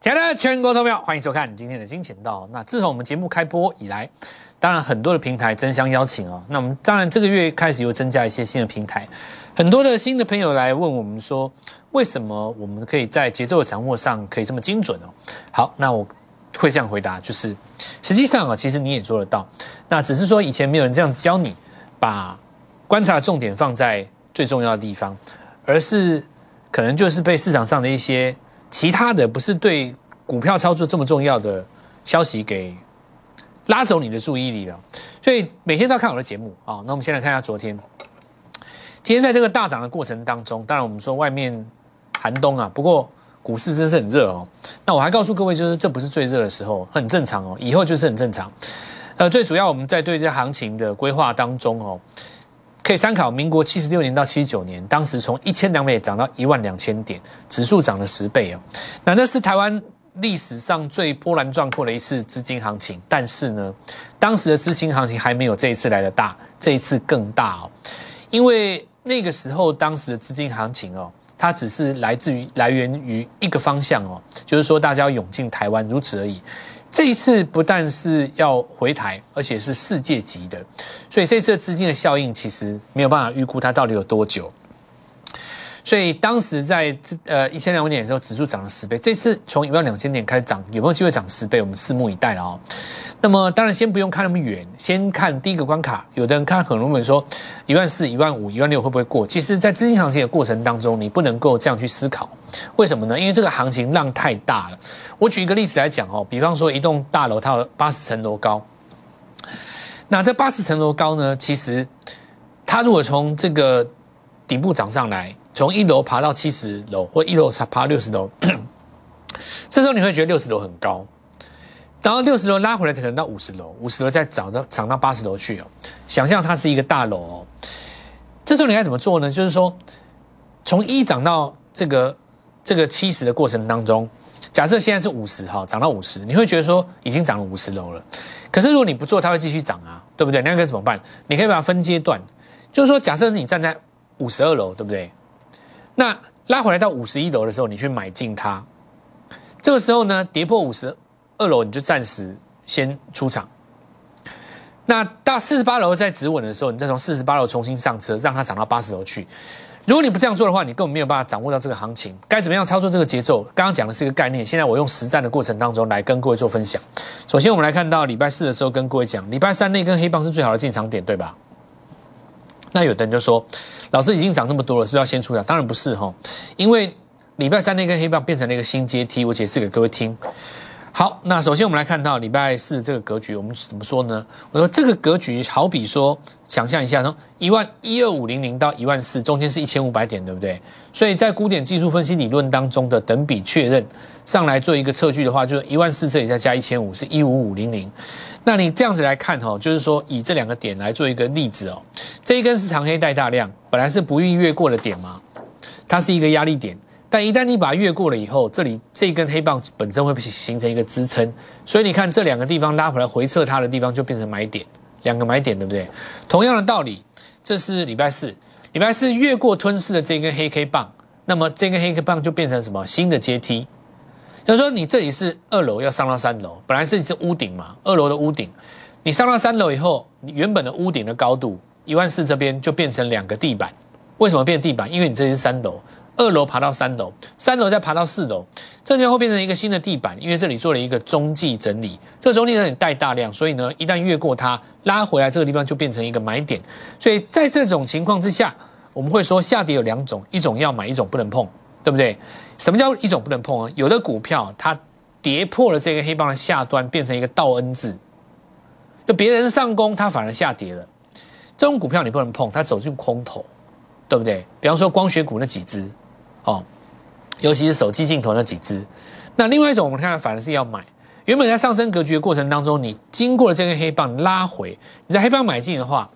亲爱的全国投票，欢迎收看今天的金钱道。那自从我们节目开播以来，当然很多的平台争相邀请哦。那我们当然这个月开始又增加一些新的平台，很多的新的朋友来问我们说，为什么我们可以在节奏的掌握上可以这么精准哦？好，那我会这样回答，就是实际上啊，其实你也做得到，那只是说以前没有人这样教你，把观察的重点放在最重要的地方，而是可能就是被市场上的一些其他的不是对股票操作这么重要的消息给拉走你的注意力了，所以每天都要看我的节目啊。那我们先来看一下昨天，今天在这个大涨的过程当中，当然我们说外面寒冬啊，不过股市真是很热哦。那我还告诉各位，就是这不是最热的时候，很正常哦，以后就是很正常。最主要我们在对这行情的规划当中哦，可以参考民国76年到79年，当时从1200点涨到12000点，指数涨了10倍哦。那是台湾历史上最波澜壮阔的一次资金行情，但是呢，当时的资金行情还没有这一次来的大，这一次更大哦。因为那个时候当时的资金行情哦，它只是来源于一个方向哦，就是说大家要涌进台湾，如此而已。这一次不但是要回台，而且是世界级的，所以这次的资金的效应其实没有办法预估它到底有多久。所以当时在1200点的时候，指数涨了10倍。这次从12000点开始涨，有没有机会涨10倍？我们拭目以待了哦。那么当然先不用看那么远，先看第一个关卡。有的人看很多人说14000、15000、16000会不会过？其实，在资金行情的过程当中，你不能够这样去思考。为什么呢？因为这个行情浪太大了。我举一个例子来讲哦，比方说一栋大楼它有80层楼高，那这80层楼高呢，其实它如果从这个底部涨上来，从1楼爬到70楼，或1楼爬到60楼，这时候你会觉得60楼很高，然后60楼拉回来可能到50楼，50楼再涨到80楼去哦。想象它是一个大楼哦，这时候你该怎么做呢？就是说，从1涨到这个70的过程当中，假设现在是50哈，涨到50，你会觉得说已经涨了50楼了。可是如果你不做，它会继续涨啊，对不对？那该怎么办？你可以把它分阶段，就是说，假设你站在52楼，对不对？那拉回来到51楼的时候，你去买进它。这个时候呢，跌破52楼，你就暂时先出场。那到48楼再止稳的时候，你再从48楼重新上车，让它涨到80楼去。如果你不这样做的话，你根本没有办法掌握到这个行情。该怎么样操作这个节奏？刚刚讲的是一个概念，现在我用实战的过程当中来跟各位做分享。首先，我们来看到礼拜4的时候跟各位讲，礼拜3那根黑棒是最好的进场点，对吧？那有的人就说，老师已经涨这么多了，是不是要先出场？当然不是哈，因为礼拜3那根黑棒变成了一个新阶梯，我解释给各位听。好，那首先我们来看到礼拜4这个格局，我们怎么说呢？我说这个格局好比说，想象一下，从12500到14000中间是1500点，对不对？所以在古典技术分析理论当中的等比确认上来做一个测距的话，就是14000这里再加1500是15500。那你这样子来看哈，就是说以这两个点来做一个例子哦，这一根是长黑带大量，本来是不易越过的点嘛，它是一个压力点。但一旦你把它越过了以后，这里这根黑棒本身会形成一个支撑，所以你看这两个地方拉回来回撤它的地方就变成买点，两个买点，对不对？同样的道理，这是礼拜4越过吞噬的这根黑 K 棒，那么这根黑 K 棒就变成什么？新的阶梯。就是说你这里是2楼要上到3楼，本来是屋顶嘛，2楼的屋顶，你上到3楼以后，你原本的屋顶的高度14000这边就变成2个地板。为什么变地板？因为你这是3楼。2楼爬到3楼，3楼再爬到4楼，这地方会变成一个新的地板，因为这里做了一个中继整理，这个中继整理带大量，所以呢，一旦越过它拉回来，这个地方就变成一个买点。所以在这种情况之下，我们会说下跌有2种，一种要买，一种不能碰，对不对？什么叫一种不能碰啊？有的股票它跌破了这个黑棒的下端，变成一个倒 N 字，就别人上攻，它反而下跌了，这种股票你不能碰，它走进空头，对不对？比方说光学股那几只。哦，尤其是手机镜头那几只。那另外一种我们看反而是要买，原本在上升格局的过程当中，你经过了这根黑棒拉回，你在黑棒买进的话，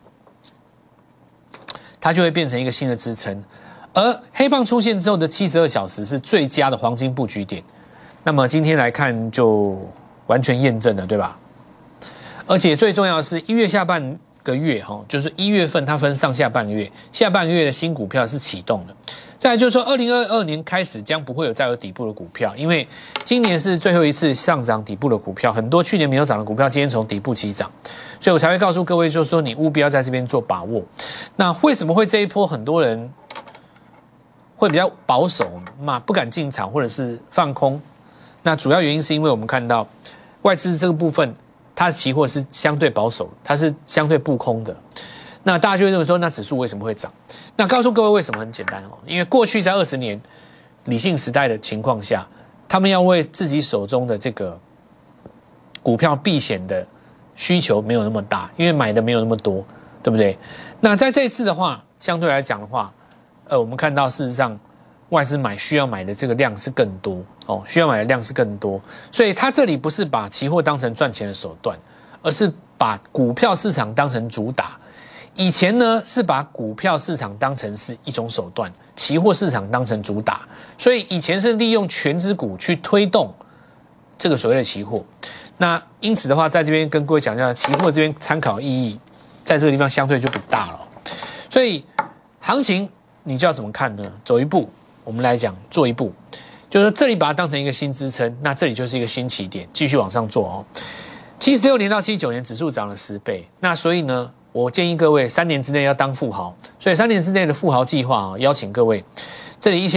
它就会变成一个新的支撑。而黑棒出现之后的72小时是最佳的黄金布局点。那么今天来看就完全验证了，对吧？而且最重要的是1月下半个月就是1月份它分上下半个月，下半个月的新股票是启动的。 再来就是说，2022年开始将不会有再有底部的股票，因为今年是最后一次上涨底部的股票，很多去年没有涨的股票，今天从底部起涨，所以我才会告诉各位，就是说你务必要在这边做把握。那为什么会这一波很多人会比较保守嘛，不敢进场或者是放空？那主要原因是因为我们看到外资这个部分，它的期货是相对保守，它是相对布空的。那大家就会认为说，那指数为什么会涨？那告诉各位为什么很简单哦，因为过去在20年理性时代的情况下，他们要为自己手中的这个股票避险的需求没有那么大，因为买的没有那么多，对不对？那在这一次的话，相对来讲的话，我们看到事实上外资需要买的这个量是更多哦，需要买的量是更多，所以他这里不是把期货当成赚钱的手段，而是把股票市场当成主打。以前呢是把股票市场当成是一种手段，期货市场当成主打，所以以前是利用全指股去推动这个所谓的期货。那因此的话，在这边跟各位讲一下，期货这边参考意义，在这个地方相对就不大了。所以行情你就要怎么看呢？走一步，我们来讲做一步，就是这里把它当成一个新支撑，那这里就是一个新起点，继续往上做哦。76年到79年指数涨了10倍，那所以呢，我建议各位3年之内要当富豪，所以3年之内的富豪计划邀请各位，这里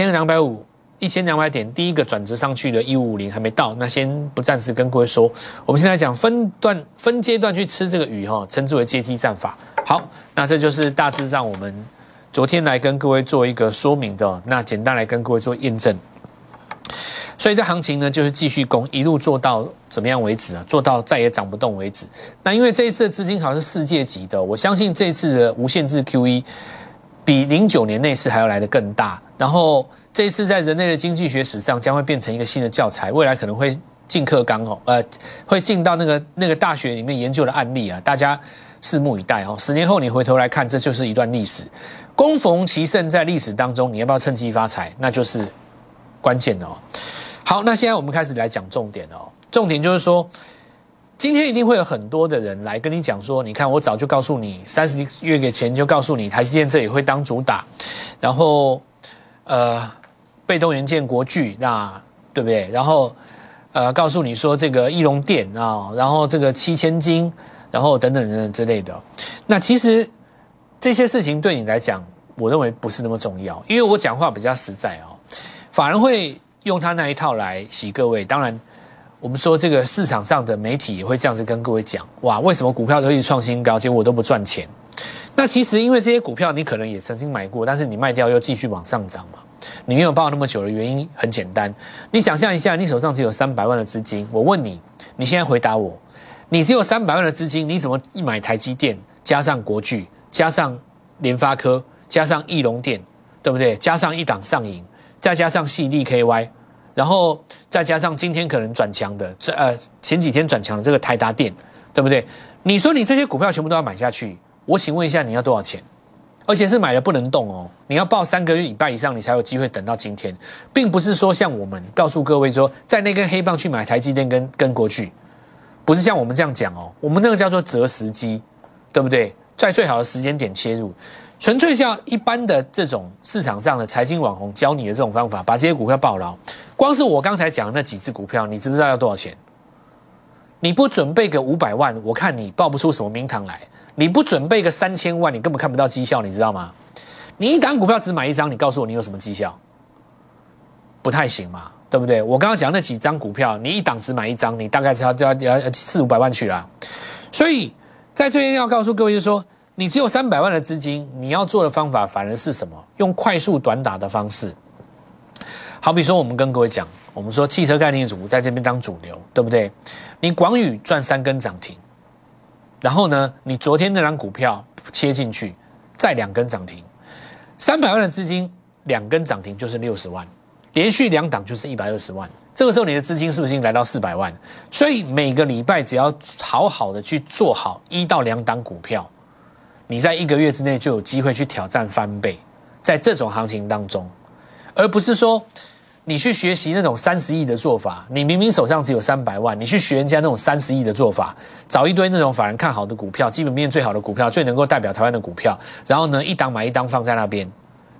1200点，第一个转折上去的1550还没到，那先不暂时跟各位说，我们现在讲分阶段去吃这个鱼称之为阶梯战法。好，那这就是大致上我们昨天来跟各位做一个说明的，那简单来跟各位做验证。所以这行情呢，就是继续攻，一路做到怎么样为止啊？做到再也涨不动为止。那因为这一次的资金好像是世界级的，我相信这一次的无限制 QE 比09年那次还要来得更大。然后这一次在人类的经济学史上将会变成一个新的教材，未来可能会进课纲会进到那个大学里面研究的案例啊，大家拭目以待哦。10年后你回头来看，这就是一段历史。恭逢其盛，在历史当中，你要不要趁机发财？那就是关键的哦。好，那现在我们开始来讲重点哦。重点就是说，今天一定会有很多的人来跟你讲说，你看我早就告诉你，30个月前就告诉你，台积电这里会当主打，然后被动元件国巨，那对不对？然后告诉你说这个义隆电啊，然后这个7000金，然后等等等等之类的。那其实这些事情对你来讲，我认为不是那么重要，因为我讲话比较实在哦，反而会用他那一套来洗各位。当然我们说这个市场上的媒体也会这样子跟各位讲，哇，为什么股票都一直创新高，结果我都不赚钱？那其实因为这些股票你可能也曾经买过，但是你卖掉又继续往上涨嘛，你没有抱那么久的原因很简单，你想象一下，你手上只有300万的资金，我问你，你现在回答我，你只有300万的资金，你怎么一买台积电，加上国巨，加上联发科，加上义隆电，对不对？加上一档上影，再加上矽力 KY， 然后再加上今天可能转强的，前几天转强的这个台达电，对不对？你说你这些股票全部都要买下去，我请问一下，你要多少钱？而且是买了不能动哦，你要抱3个月礼拜以上，你才有机会等到今天，并不是说像我们告诉各位说，在那根黑棒去买台积电跟国巨，不是像我们这样讲哦，我们那个叫做择时机，对不对？在最好的时间点切入，纯粹像一般的这种市场上的财经网红教你的这种方法，把这些股票抱牢。光是我刚才讲的那几只股票，你知不知道要多少钱？你不准备个500万，我看你抱不出什么名堂来。你不准备个3000万，你根本看不到绩效，你知道吗？你一档股票只买一张，你告诉我你有什么绩效？不太行嘛，对不对？我刚刚讲那几张股票，你一档只买一张，你大概要400-500万去啦。所以在这边要告诉各位，就是说，你只有300万的资金，你要做的方法反而是什么？用快速短打的方式。好比说，我们跟各位讲，我们说汽车概念股在这边当主流，对不对？你广宇赚3根涨停。然后呢，你昨天那张股票切进去，再2根涨停，300万的资金2根涨停就是60万，连续2档就是120万。这个时候你的资金是不是已经来到400万？所以每个礼拜只要好好的去做好1到2档股票，你在1个月之内就有机会去挑战翻倍。在这种行情当中，而不是说你去学习那种30亿的做法，你明明手上只有300万，你去学人家那种30亿的做法，找一堆那种法人看好的股票，基本面最好的股票，最能够代表台湾的股票，然后呢一档买一档放在那边，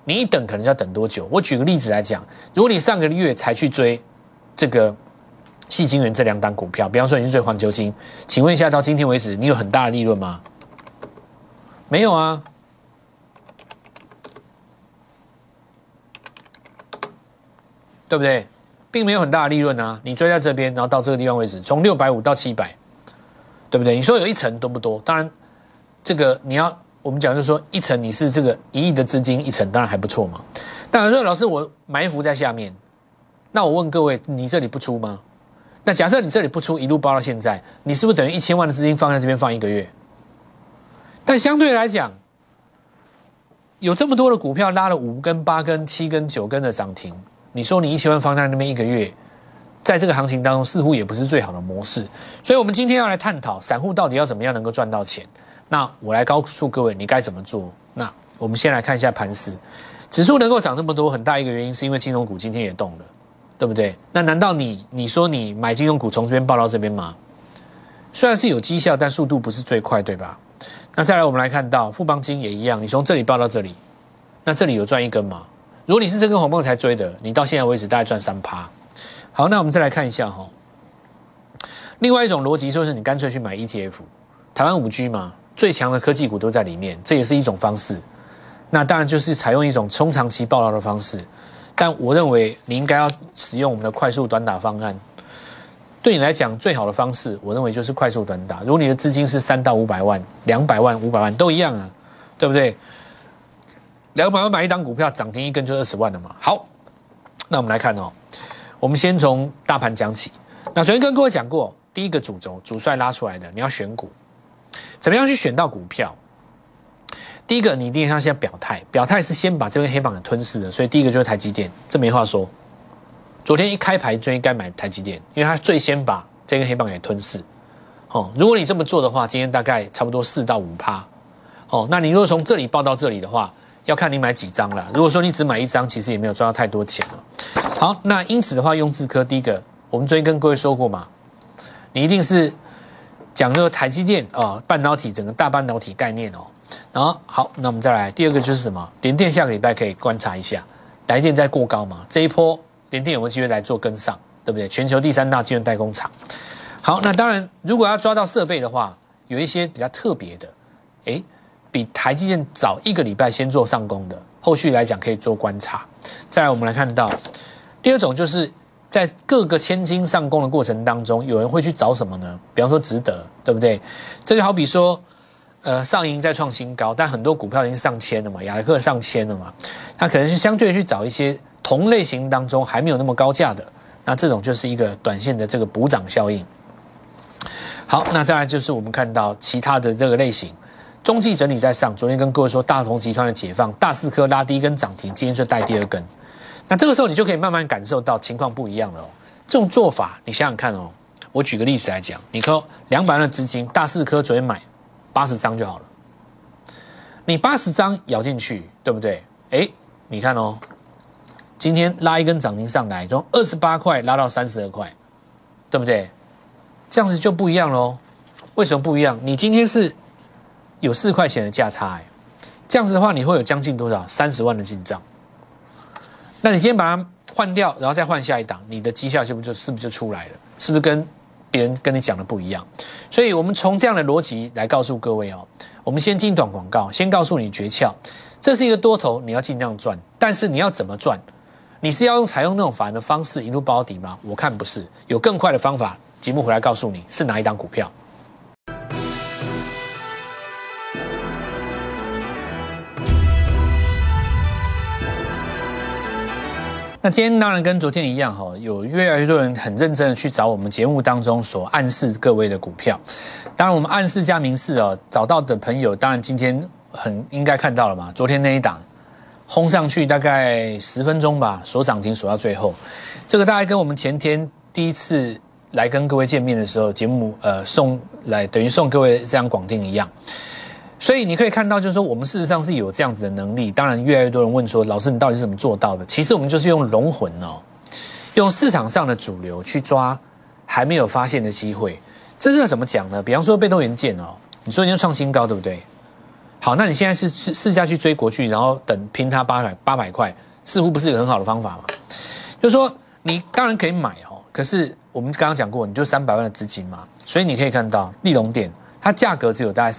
你一等可能就要等多久？我举个例子来讲，如果你上个月才去追这个矽晶圆这2档股票，比方说你去追环球晶，请问一下，到今天为止，你有很大的利润吗？没有啊。对不对？并没有很大的利润啊！你追在这边，然后到这个地方为止，从650到700，对不对？你说有1成多不多？当然，这个我们讲就是说1成你是这个1亿的资金，1成当然还不错嘛。当然说老师我埋伏在下面，那我问各位，你这里不出吗？那假设你这里不出，一路包到现在，你是不是等于1000万的资金放在这边放1个月？但相对来讲，有这么多的股票拉了5根、8根、7根、9根的涨停。你说你1000万放在那边1个月，在这个行情当中似乎也不是最好的模式，所以我们今天要来探讨散户到底要怎么样能够赚到钱。那我来告诉各位你该怎么做。那我们先来看一下盘势，指数能够涨这么多，很大一个原因是因为金融股今天也动了，对不对？那难道你说你买金融股从这边报到这边吗？虽然是有绩效，但速度不是最快，对吧？那再来我们来看到富邦金也一样，你从这里报到这里，那这里有赚1根吗？如果你是这根红棒才追的，你到现在为止大概赚3%。好，那我们再来看一下哈。另外一种逻辑就是你干脆去买 ETF， 台湾5G 嘛，最强的科技股都在里面，这也是一种方式。那当然就是采用一种中长期抱牢的方式，但我认为你应该要使用我们的快速短打方案。对你来讲最好的方式，我认为就是快速短打。如果你的资金是3到500万、200万、500万都一样啊，对不对？200万买1档股票，涨停1根就20万了嘛。好，那我们来看哦，我们先从大盘讲起。那昨天跟各位讲过，第一个主轴主帅拉出来的，你要选股，怎么样去选到股票？第一个，你一定要先表态，表态是先把这根黑棒给吞噬的，所以第一个就是台积电，这没话说。昨天一开牌就应该买台积电，因为它最先把这根黑棒给吞噬。如果你这么做的话，今天大概差不多4到5%。那你如果从这里报到这里的话，要看你买几张啦。如果说你只买1张，其实也没有赚到太多钱了。好，那因此的话，用智科第一个，我们昨天跟各位说过嘛，你一定是讲这个台积电半导体整个大半导体概念哦。然后好，那我们再来第二个就是什么？联电下个礼拜可以观察一下，台积电在过高嘛？这一波联电有没有机会来做跟上？对不对？全球第3大晶圆代工厂。好，那当然，如果要抓到设备的话，有一些比较特别的，比台积电早1个礼拜先做上攻的，后续来讲可以做观察。再来，我们来看到第二种，就是在各个千金上攻的过程当中，有人会去找什么呢？比方说值得，对不对？这就好比说，上银在创新高，但很多股票已经上千了嘛，亚克上千了嘛，那可能是相对去找一些同类型当中还没有那么高价的，那这种就是一个短线的这个补涨效应。好，那再来就是我们看到其他的这个类型。中继整理在上，昨天跟各位说大同集团的解放，大4颗拉第1根涨停，今天就带第2根。那这个时候你就可以慢慢感受到情况不一样了哦。这种做法，你想想看哦。我举个例子来讲，你看200万的资金，大4颗昨天买80张就好了，你80张咬进去，对不对？你看哦，今天拉1根涨停上来，从28块拉到32块，对不对？这样子就不一样喽。为什么不一样？你今天是有4块钱的价差，这样子的话，你会有将近多少？30万的进账。那你今天把它换掉，然后再换下一档，你的绩效是不是就出来了？是不是跟别人跟你讲的不一样？所以我们从这样的逻辑来告诉各位哦，我们先进短广告，先告诉你诀窍。这是一个多头，你要尽量赚，但是你要怎么赚？你是要采用那种法人的方式一路包底吗？我看不是，有更快的方法。节目回来告诉你是哪一档股票。那今天当然跟昨天一样有越来越多人很认真的去找我们节目当中所暗示各位的股票。当然我们暗示加明示找到的朋友，当然今天很应该看到了嘛，昨天那一档轰上去大概10分钟吧，锁涨停锁到最后，这个大概跟我们前天第一次来跟各位见面的时候，节目送来等于送各位这样广定一样。所以你可以看到，就是说我们事实上是有这样子的能力。当然，越来越多人问说，老师你到底是怎么做到的？其实我们就是用龙魂用市场上的主流去抓还没有发现的机会。这是要怎么讲呢？比方说被动元件你说你要创新高，对不对？ 好，那你现在是试下去追国巨，然后等拼它800块，似乎不是一个很好的方法嘛？就是说你当然可以买哦，可是我们刚刚讲过，你就300万的资金嘛，所以你可以看到立隆电它价格只有大概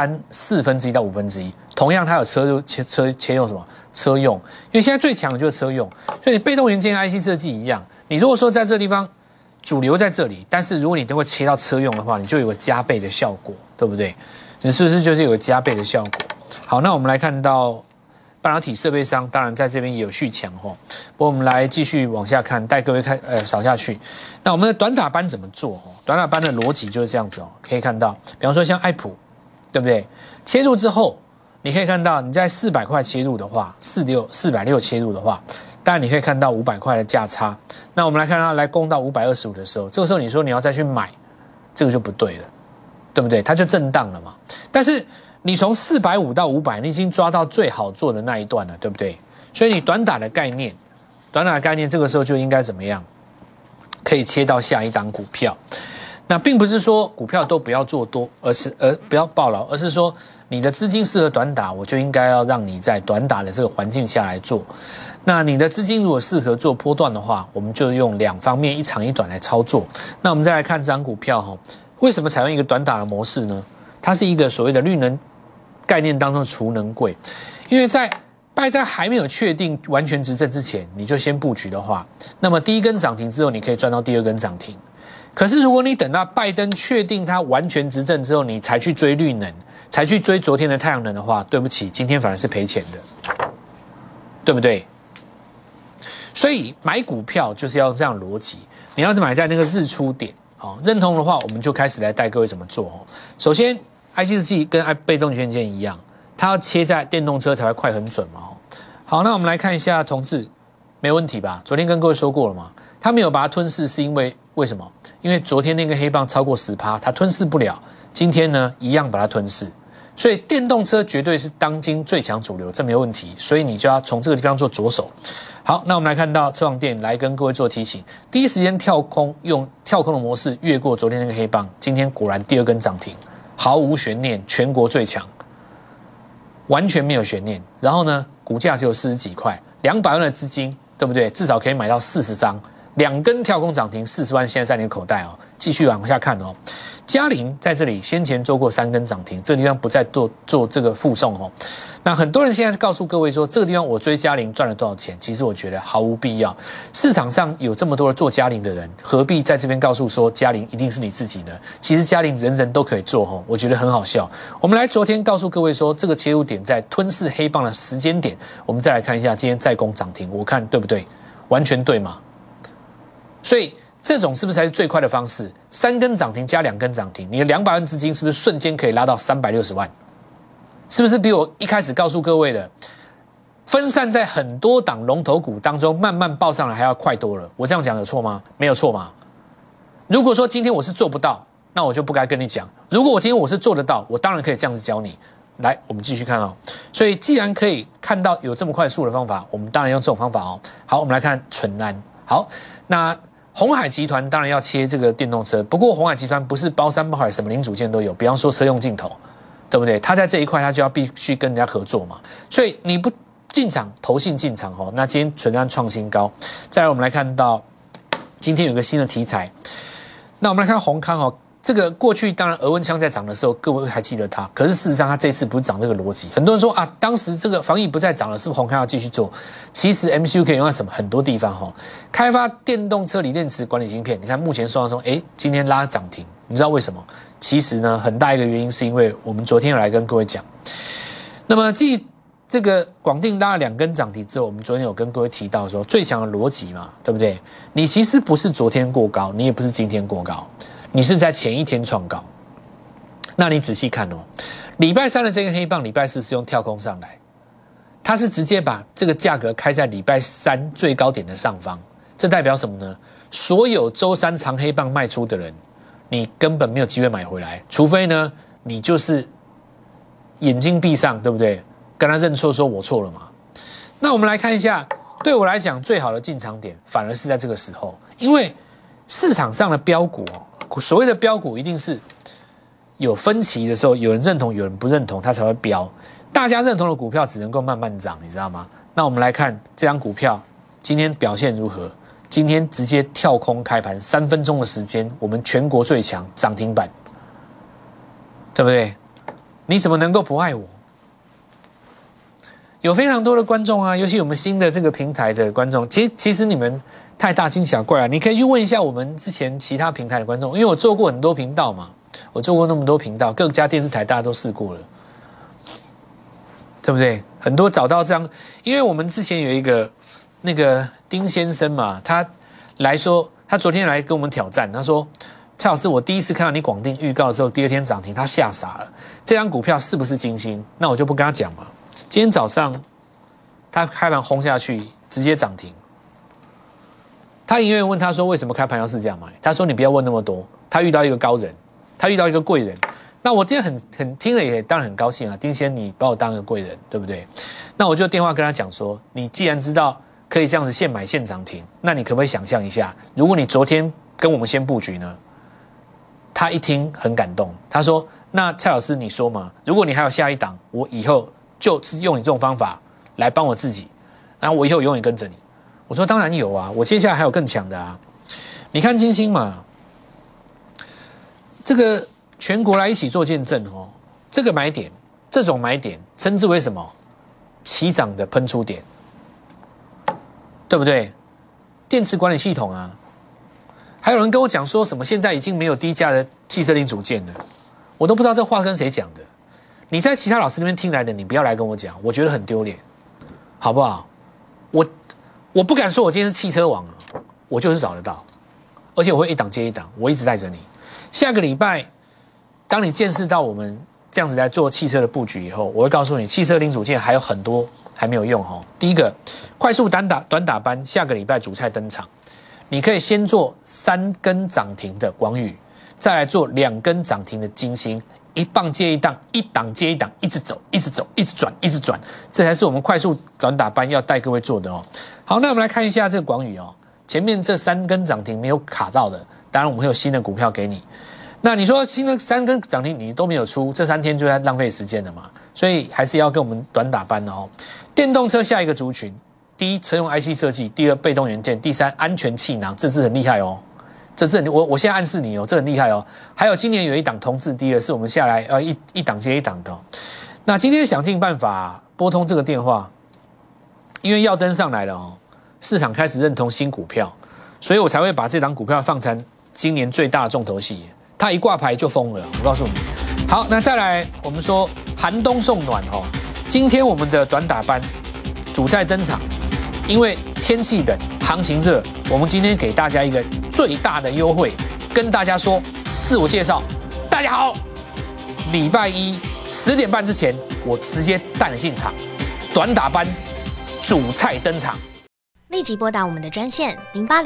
4/4到1/5，同样它有切用什么车用，因为现在最强的就是车用，所以你被动元件 IC 设计一样，你如果说在这个地方主流在这里，但是如果你能够切到车用的话，你就有个加倍的效果，对不对？你是不是就是有个加倍的效果？好，那我们来看到半导体设备商，当然在这边也有续强哦。不过我们来继续往下看，带各位扫下去。那我们的短打班怎么做？短打班的逻辑就是这样子哦，可以看到，比方说像爱普，对不对？切入之后，你可以看到你在400块切入的话，460切入的话，当然你可以看到500块的价差。那我们来看它来攻到525的时候，这个时候你说你要再去买，这个就不对了。对不对？它就震荡了嘛。但是你从450到500，你已经抓到最好做的那一段了，对不对？所以你短打的概念，这个时候就应该怎么样？可以切到下一档股票。那并不是说股票都不要做多，而不要抱牢，而是说你的资金适合短打，我就应该要让你在短打的这个环境下来做。那你的资金如果适合做波段的话，我们就用2方面一长一短来操作。那我们再来看这张股票哈。为什么采用一个短打的模式呢？它是一个所谓的绿能概念当中的储能柜，因为在拜登还没有确定完全执政之前，你就先布局的话，那么第一根涨停之后，你可以赚到第2根涨停。可是如果你等到拜登确定他完全执政之后，你才去追绿能，才去追昨天的太阳能的话，对不起，今天反而是赔钱的，对不对？所以买股票就是要这样逻辑，你要买在那个日出点。认同的话，我们就开始来带各位怎么做。首先 ，IC 设计跟被动元件一样，它要切在电动车才会快很准嘛。好，那我们来看一下同志，没问题吧？昨天跟各位说过了嘛，他没有把它吞噬，是因为什么？因为昨天那个黑棒超过10%，它吞噬不了，今天呢一样把它吞噬。所以电动车绝对是当今最强主流，这没有问题。所以你就要从这个地方做着手。好，那我们来看到车王电来跟各位做提醒，第一时间跳空，用跳空的模式越过昨天那个黑棒，今天果然第2根涨停，毫无悬念，全国最强，完全没有悬念。然后呢，股价只有40几块，200万的资金，对不对？至少可以买到40张，2根跳空涨停，40万现在在你的口袋哦。继续往下看哦。嘉陵在这里先前做过3根涨停，这个地方不再做这个附送哦。那很多人现在告诉各位说，这个地方我追嘉陵赚了多少钱？其实我觉得毫无必要。市场上有这么多的做嘉陵的人，何必在这边告诉说嘉陵一定是你自己的？其实嘉陵人人都可以做哦，我觉得很好笑。我们来昨天告诉各位说，这个切入点在吞噬黑棒的时间点，我们再来看一下今天再攻涨停，我看对不对？完全对嘛？所以这种是不是才是最快的方式？3根涨停加2根涨停，你的200万资金是不是瞬间可以拉到360万？是不是比我一开始告诉各位的分散在很多档龙头股当中慢慢报上来还要快多了？我这样讲有错吗？没有错嘛。如果说今天我是做不到，那我就不该跟你讲。如果我今天我是做得到，我当然可以这样子教你。来，我们继续看哦。所以既然可以看到有这么快速的方法，我们当然用这种方法哦。好，我们来看淳安。好，那鸿海集团当然要切这个电动车，不过鸿海集团不是包山包海，什么零组件都有，比方说车用镜头，对不对？它在这一块它就要必须跟人家合作嘛，所以你不进场，投信进场哦。那今天淳安创新高，再来我们来看到今天有个新的题材，那我们来看宏康哦。这个过去当然额温枪在涨的时候，各位还记得它，可是事实上它这次不是涨这个逻辑。很多人说啊，当时这个防疫不再涨了，是不是宏康要继续做？其实 MCU 可以用在什么很多地方哈，开发电动车锂电池管理晶片。你看目前受到说，今天拉涨停，你知道为什么？其实呢，很大一个原因是因为我们昨天有来跟各位讲，那么继这个广定拉了2根涨停之后，我们昨天有跟各位提到说，最强的逻辑嘛，对不对？你其实不是昨天过高，你也不是今天过高。你是在前一天创高，那你仔细看哦，礼拜3的这根黑棒，礼拜4是用跳空上来，它是直接把这个价格开在礼拜3最高点的上方，这代表什么呢？所有周3长黑棒卖出的人，你根本没有机会买回来，除非呢，你就是眼睛闭上，对不对？跟他认错，说我错了嘛。那我们来看一下，对我来讲最好的进场点，反而是在这个时候，因为市场上的标股哦。所谓的标股一定是有分歧的时候，有人认同，有人不认同，它才会标。 大家认同的股票只能够慢慢涨，你知道吗？那我们来看这张股票今天表现如何？今天直接跳空开盘，3分钟的时间，我们全国最强涨停板，对不对？你怎么能够不爱我？有非常多的观众啊，尤其我们新的这个平台的观众，其实你们太大惊小怪了。你可以去问一下我们之前其他平台的观众，因为我做过很多频道嘛，我做过那么多频道，各家电视台大家都试过了，对不对？很多找到这样，因为我们之前有一个那个丁先生嘛，他来说，他昨天来跟我们挑战，他说：“蔡老师，我第一次看到你广电预告的时候，第二天涨停，他吓傻了。这张股票是不是金星？”那我就不跟他讲嘛。今天早上他开盘轰下去，直接涨停。他营业员问他说：“为什么开盘要是这样买？”他说：“你不要问那么多。”他遇到一个高人，他遇到一个贵人。那我今天很听了也当然很高兴啊，丁先你把我当个贵人，对不对？那我就电话跟他讲说：“你既然知道可以这样子现买现涨停，那你可不可以想象一下，如果你昨天跟我们先布局呢？”他一听很感动，他说：“那蔡老师你说嘛，如果你还有下一档，我以后就是用你这种方法来帮我自己，然后我以后永远跟着你。”我说：“当然有啊，我接下来还有更强的啊！你看金星嘛，这个全国来一起做见证哦，这个买点，这种买点称之为什么？起涨的喷出点，对不对？电池管理系统啊。”还有人跟我讲说什么现在已经没有低价的汽车零组件了，我都不知道这话跟谁讲的。你在其他老师那边听来的，你不要来跟我讲，我觉得很丢脸，好不好？我不敢说我今天是汽车王啊，我就是找得到，而且我会一档接一档，我一直带着你。下个礼拜，当你见识到我们这样子来做汽车的布局以后，我会告诉你，汽车零组件还有很多还没有用哦。第一个，快速短打班，下个礼拜主菜登场。你可以先做3根涨停的广宇，再来做2根涨停的金星，一棒接一档，一档接一档，一直走，一直走，一直转，一直转，这才是我们快速短打班要带各位做的哦。好，那我们来看一下这个广宇哦，前面这3根涨停没有卡到的，当然我们会有新的股票给你。那你说新的3根涨停你都没有出，这3天就在浪费时间了嘛？所以还是要跟我们短打班的哦。电动车下一个族群。第一，车用 IC 设计；第二，被动元件；第三，安全气囊。这是很厉害哦，这是我现在暗示你哦，这很厉害哦。还有今年有一档同志第二，是我们下来一档接一档的哦。那今天想尽办法拨通这个电话，因为耀登上来了哦，市场开始认同新股票，所以我才会把这档股票放成今年最大的重头戏。它一挂牌就疯了，我告诉你。好，那再来我们说寒冬送暖哦，今天我们的短打班主菜登场。因为天气冷，行情热，我们今天给大家一个最大的优惠，跟大家说自我介绍。大家好，礼拜一10点半之前，我直接带你进场，短打班主菜登场。 立即拨打我们的专线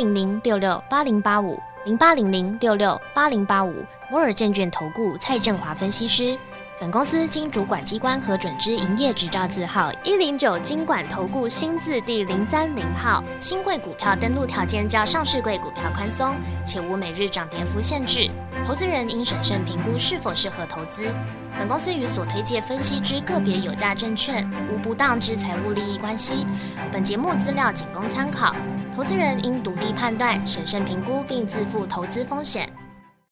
08006680850800668085摩尔证券投顾蔡正华分析师。本公司经主管机关核准之营业执照字号109金管投顾新字第030号。新贵股票登录条件较上市贵股票宽松，且无每日涨跌幅限制。投资人应审慎评估是否适合投资。本公司与所推介分析之个别有价证券无不当之财务利益关系。本节目资料仅供参考，投资人应独立判断、审慎评估并自负投资风险。